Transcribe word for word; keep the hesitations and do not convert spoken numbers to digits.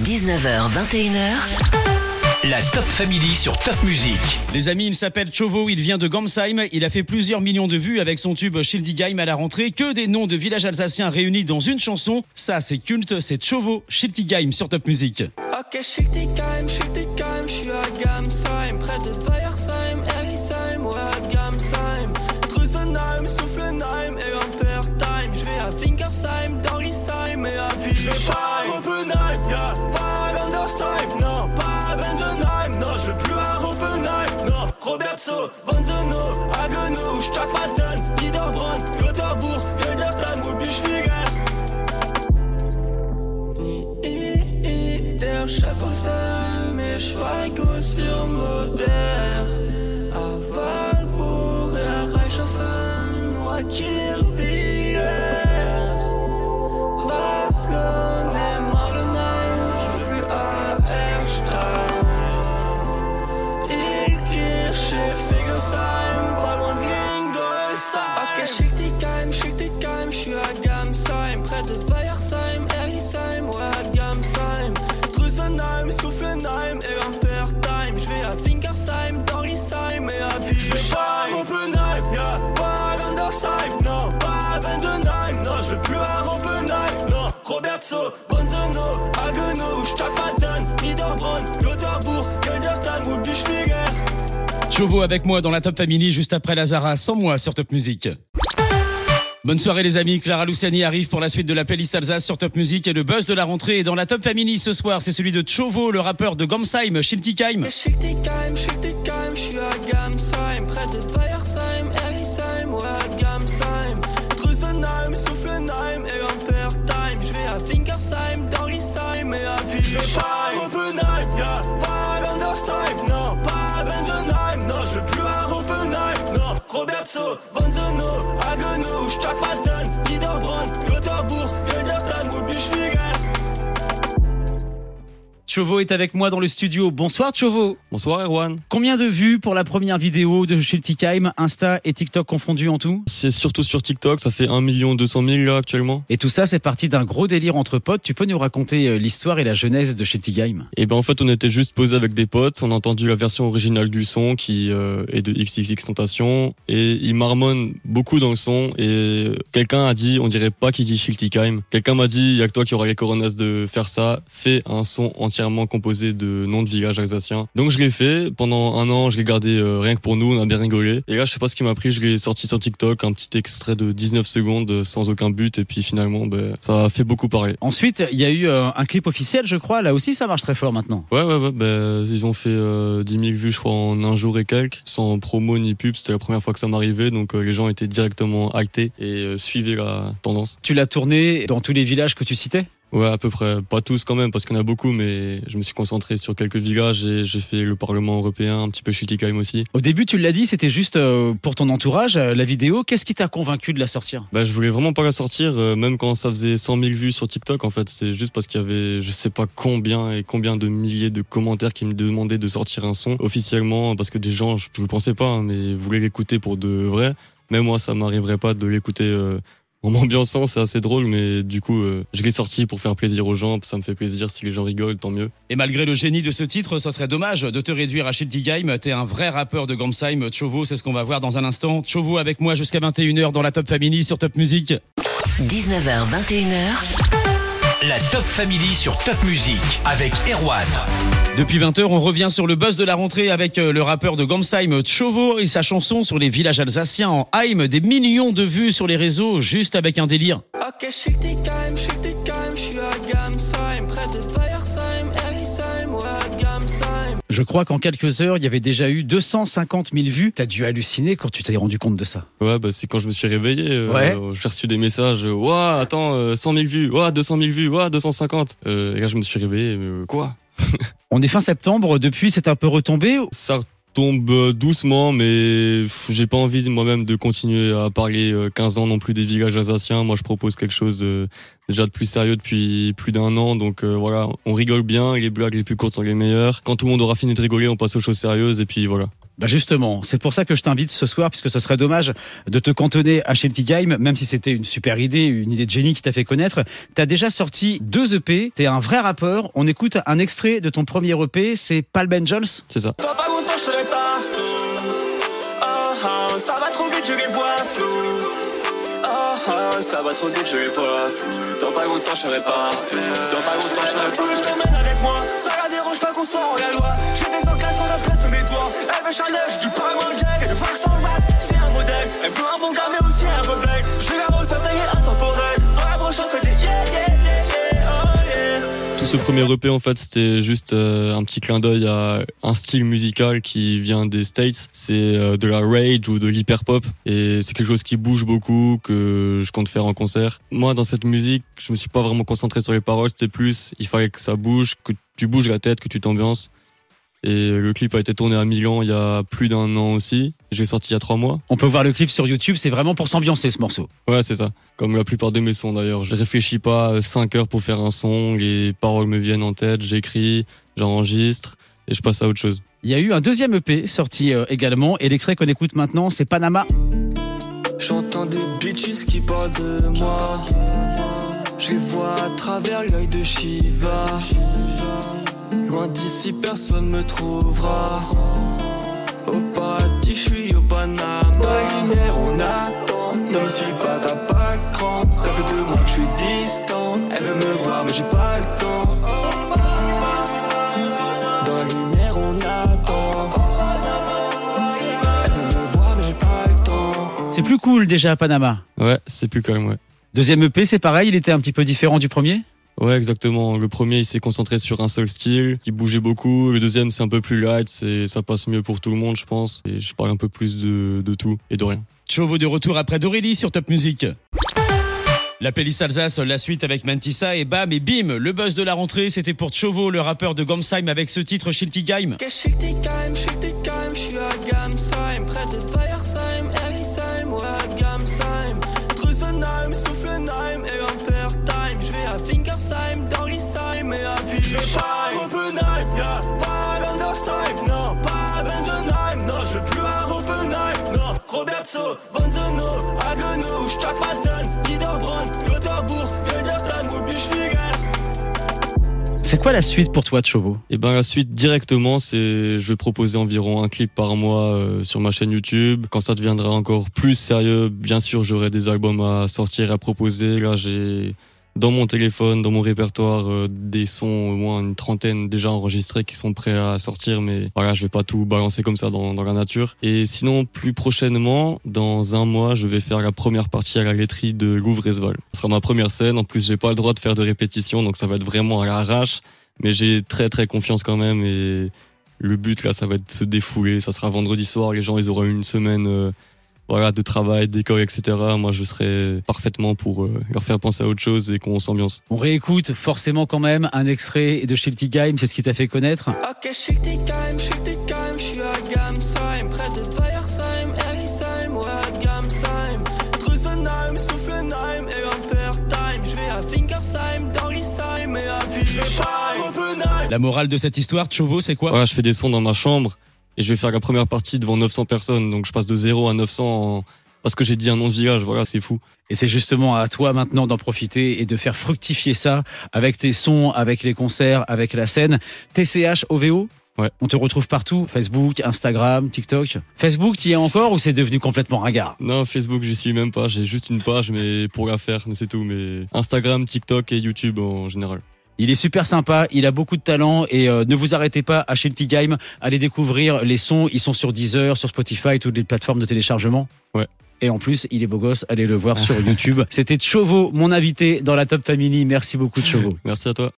dix-neuf heures vingt et une heures. La Top Family sur Top Music. Les amis, il s'appelle Chovo, il vient de Gamsheim. Il a fait plusieurs millions de vues avec son tube Schiltigheim à la rentrée. Que des noms de villages alsaciens réunis dans une chanson. Ça, c'est culte, c'est Chovo, Schiltigheim sur Top Music. Ok, Schiltigheim, Schiltigheim, je suis à Gamsheim. Près de Weiersheim, Erlisheim, ouais, à Gamsheim. Drusenheim, Soufflenheim et Ampertheim. Je vais à Fingersheim, Dorlisheim et à Bischheim. Je vais pas à Oppenheim, y'a pas à Landersheim, non, pas à Vendenheim, non, je veux plus à Oppenheim, non. Robertso, Vanzeno, Haguenau, Stadtbaden, Niederbronn, Lotharbourg, Hildesheim ou Bischweiger. Der Chef aus Heim, ich schweige sur Moder. À Walbourg et à Reichshofen, ou à Kirchweiler. Wasgen et Marlenheim, je veux plus à Erstein. Ilkirch et Figersheim, pas loin de Lingolsheim. Ok, Schiltigheim, Schiltigheim, je suis à Gamsheim. Près de Weiersheim, Erlisheim, ouais, à Gamsheim. Drusenheim, Soufflenheim et Ampertheim. Je vais à Fingersheim, Dorlisheim et à Bischheim. Je vais pas à Oppenheim, y'a pas à Landersheim, non, pas à Vendenheim, non, je veux plus à Oppenheim, non. Robertso, Vanzeno, Haguenau, Stadtbaden, Niederbronn, Lotharbourg, Hildesheim ou Bischweiger. Chovo avec moi dans la Top Family juste après Lazara, sans moi sur Top Music. Bonne soirée les amis, Clara Luciani arrive pour la suite de la playlist Alsace sur Top Music et le buzz de la rentrée est dans la Top Family ce soir, c'est celui de Chovo, le rappeur de Gamsheim, Schiltigheim. Schiltigheim, Schiltigheim, je suis à Gamsheim. Près de Weiersheim, Erlisheim, ouais, à Gamsheim. Drusenheim, Soufflenheim et Ampertheim. Je vais à Fingersheim, Dorlisheim et à Bischheim. Je vais pas à Oppenheim, y'a pas à Landersheim, non, pas à Vendenheim, non, je veux plus à Oppenheim, non. Robertso, Vanzeno, Haguenau, Stadtbaden, Niederbronn, Lotharbourg, Hildesheim ou Bischweiger. Chovo est avec moi dans le studio. Bonsoir Chovo. Bonsoir Erwan. Combien de vues pour la première vidéo de Schiltigheim, Insta et TikTok confondus en tout? C'est surtout sur TikTok, ça fait un million deux cent mille là actuellement. Et tout ça c'est parti d'un gros délire entre potes. Tu peux nous raconter l'histoire et la genèse de Schiltigheim? Et ben en fait on était juste posé avec des potes, on a entendu la version originale du son qui euh, est de X X X Tentation et il marmonne beaucoup dans le son et quelqu'un a dit, on dirait pas qu'il dit Schiltigheim. Quelqu'un m'a dit, il y a que toi qui auras les coronas de faire ça, fais un son entièrement composé de noms de villages alsaciens. Donc je l'ai fait, pendant un an je l'ai gardé euh, rien que pour nous, on a bien rigolé. Et là je sais pas ce qui m'a pris, je l'ai sorti sur TikTok, un petit extrait de dix-neuf secondes sans aucun but et puis finalement ben, ça a fait beaucoup parler. Ensuite il y a eu euh, un clip officiel je crois, là aussi ça marche très fort maintenant. Ouais ouais ouais, ben, ils ont fait euh, dix mille vues je crois en un jour et quelques, sans promo ni pub, c'était la première fois que ça m'arrivait donc euh, les gens étaient directement hypés et euh, suivaient la tendance. Tu l'as tourné dans tous les villages que tu citais? Ouais, à peu près. Pas tous quand même, parce qu'il y en a beaucoup, mais je me suis concentré sur quelques villages et j'ai fait le Parlement européen, un petit peu Schiltigheim aussi. Au début, tu l'as dit, c'était juste pour ton entourage, la vidéo. Qu'est-ce qui t'a convaincu de la sortir? Bah, je voulais vraiment pas la sortir, même quand ça faisait cent mille vues sur TikTok, en fait. C'est juste parce qu'il y avait, je sais pas combien et combien de milliers de commentaires qui me demandaient de sortir un son officiellement, parce que des gens, je ne pensais pas, hein, mais voulaient l'écouter pour de vrai. Même moi, ça m'arriverait pas de l'écouter euh, en m'ambiançant, c'est assez drôle, mais du coup, euh, je l'ai sorti pour faire plaisir aux gens. Ça me fait plaisir, si les gens rigolent, tant mieux. Et malgré le génie de ce titre, ça serait dommage de te réduire à Schiltigheim. T'es un vrai rappeur de Gamsheim. Chovo, c'est ce qu'on va voir dans un instant. Chovo avec moi jusqu'à vingt et une heures dans la Top Family sur Top Music. dix-neuf heures vingt et une heures. La Top Family sur Top Music avec Erwan. Depuis vingt heures, on revient sur le buzz de la rentrée avec le rappeur de Gamsheim, Chovo, et sa chanson sur les villages alsaciens en Heim. Des millions de vues sur les réseaux, juste avec un délire. Ok, Schiltigheim, Schiltigheim, je suis à Gamsheim. Près de Weiersheim, Erlisheim, ouais, à Gamsheim. Je crois qu'en quelques heures, il y avait déjà eu deux cent cinquante mille vues. T'as dû halluciner quand tu t'es rendu compte de ça. Ouais, bah c'est quand je me suis réveillé. Euh, ouais. euh, j'ai reçu des messages. Ouah, attends, euh, cent mille vues. Ouah, deux cent mille vues. Ouah, deux cent cinquante. Euh, et là, je me suis réveillé. Euh, quoi? On est fin septembre. Depuis, c'est un peu retombé. Ça tombe doucement, mais j'ai pas envie moi-même de continuer à parler quinze ans non plus des villages alsaciens. Moi, je propose quelque chose de, déjà de plus sérieux depuis plus d'un an. Donc euh, voilà, on rigole bien, les blagues les plus courtes sont les meilleures. Quand tout le monde aura fini de rigoler, on passe aux choses sérieuses et puis voilà. Bah justement, c'est pour ça que je t'invite ce soir, puisque ce serait dommage de te cantonner à Shilty Game, même si c'était une super idée, une idée de génie qui t'a fait connaître. T'as déjà sorti deux E P, t'es un vrai rappeur. On écoute un extrait de ton premier E P, c'est Palm and Jones. C'est ça. Dans pas longtemps, je serai partout. Oh, oh, ça va trop vite, je les vois flou. Oh, oh, ça va trop vite, je les vois flou. Dans pas longtemps, je serai partout. Dans pas longtemps, je serai partout. Je t'emmène avec moi, ça la dérange pas qu'on soit en la loi. J'ai des encages pour la place de mes doigts. Elle veut Chanel, je dis pas moi le gag. Elle veut voir son race, c'est un modèle. Elle veut un bon gars, mais aussi un peu blague. Je vais la rose, ça taille intemporel. Dans la broche, en côté, yeah, yeah, yeah, yeah, oh yeah. Tout ce premier E P, en fait, c'était juste euh, un petit clin d'œil à un style musical qui vient des States. C'est euh, de la rage ou de l'hyperpop. Et c'est quelque chose qui bouge beaucoup, que je compte faire en concert. Moi, dans cette musique, je me suis pas vraiment concentré sur les paroles. C'était plus, il fallait que ça bouge, que tu bouges la tête, que tu t'ambiances. Et le clip a été tourné à Milan il y a plus d'un an aussi. Je l'ai sorti il y a trois mois. On peut voir le clip sur YouTube, c'est vraiment pour s'ambiancer ce morceau. Ouais, c'est ça. Comme la plupart de mes sons d'ailleurs. Je réfléchis pas cinq heures pour faire un son, les paroles me viennent en tête, j'écris, j'enregistre et je passe à autre chose. Il y a eu un deuxième E P sorti euh, également, et l'extrait qu'on écoute maintenant, c'est Panama. J'entends des bitches qui parlent de moi. Je les vois à travers l'œil de Shiva. Loin d'ici, personne me trouvera. Au paradis, je suis au Panama. Dans la lumière, on attend. Ne me suis pas, t'as pas le cran. Ça fait deux mois que je suis distant. Elle veut me voir, mais j'ai pas le temps. Dans la lumière, on attend. Elle veut me voir, mais j'ai pas le temps. C'est plus cool déjà à Panama. Ouais, c'est plus calme, ouais. Deuxième E P, c'est pareil, il était un petit peu différent du premier ? Ouais, exactement. Le premier, il s'est concentré sur un seul style, qui bougeait beaucoup. Le deuxième, c'est un peu plus light, c'est, ça passe mieux pour tout le monde, je pense. Et je parle un peu plus de, de tout et de rien. Chauveau de retour après d'Aurélie sur Top Music. La playlist Alsace, la suite avec Mantissa et bam et bim, le buzz de la rentrée, c'était pour Chauveau, le rappeur de Gamsheim avec ce titre Shilty Game. Que Shilty Game, Shilty Game, je suis à Gamsheim, près de Weiersheim, Erlisheim, ouais à Gamsheim. Drusenheim, Soufflenheim et Ampertheim, je vais à Fingersheim, Dorlisheim et à Bischheim. Je vais pas à Oppenheim, yeah, pas à Wendersheim, non, pas à Wendenheim, non, je veux plus à Oppenheim, non. Robertso, Vanzeno, Haguenau, Stadtmatten, Niederbronn, Lauterbourg, Geldertan ou Bischwingen. C'est quoi la suite pour toi, Chauveau ? Et ben la suite directement, c'est je vais proposer environ un clip par mois euh, sur ma chaîne YouTube. Quand ça deviendra encore plus sérieux, bien sûr, j'aurai des albums à sortir et à proposer. Là, j'ai dans mon téléphone, dans mon répertoire, euh, des sons au moins une trentaine déjà enregistrés qui sont prêts à sortir, mais voilà, je vais pas tout balancer comme ça dans, dans la nature. Et sinon, plus prochainement, dans un mois, je vais faire la première partie à la laiterie de Louvre-Esval. Ce sera ma première scène. En plus, j'ai pas le droit de faire de répétition, donc ça va être vraiment à l'arrache. Mais j'ai très très confiance quand même, et le but là, ça va être de se défouler. Ça sera vendredi soir, les gens ils auront une semaine euh, voilà, de travail, d'école, et cetera. Moi, je serai parfaitement pour euh, leur faire penser à autre chose et qu'on s'ambiance. On réécoute forcément quand même un extrait de Shilty Game, c'est ce qui t'a fait connaître. Ok, Shilty Game, Shilty Game, je suis à Gamsheim, près de Weiersheim, Erlisheim, ouais à Gamsheim. Drusenheim, Soufflenheim et Ampertheim, je vais à Fingersheim, Dorlisheim et à Bischheim. La morale de cette histoire, Chauveau, c'est quoi ? Voilà, je fais des sons dans ma chambre et je vais faire la première partie devant neuf cents personnes. Donc je passe de zéro à neuf cents en... parce que j'ai dit un nom de village. Voilà, c'est fou. Et c'est justement à toi maintenant d'en profiter et de faire fructifier ça avec tes sons, avec les concerts, avec la scène. T C H O V O ? Ouais. On te retrouve partout, Facebook, Instagram, TikTok. Facebook, t'y es encore ou c'est devenu complètement ringard ? Non, Facebook, j'y suis même pas. J'ai juste une page, mais pour la faire, mais c'est tout. Mais Instagram, TikTok et YouTube en général. Il est super sympa, il a beaucoup de talent et euh, ne vous arrêtez pas à Shilty Game. Allez découvrir les sons, ils sont sur Deezer, sur Spotify, toutes les plateformes de téléchargement. Ouais. Et en plus, il est beau gosse, allez le voir sur YouTube. C'était Chauveau, mon invité dans la Top Family. Merci beaucoup, Chauveau. Merci à toi.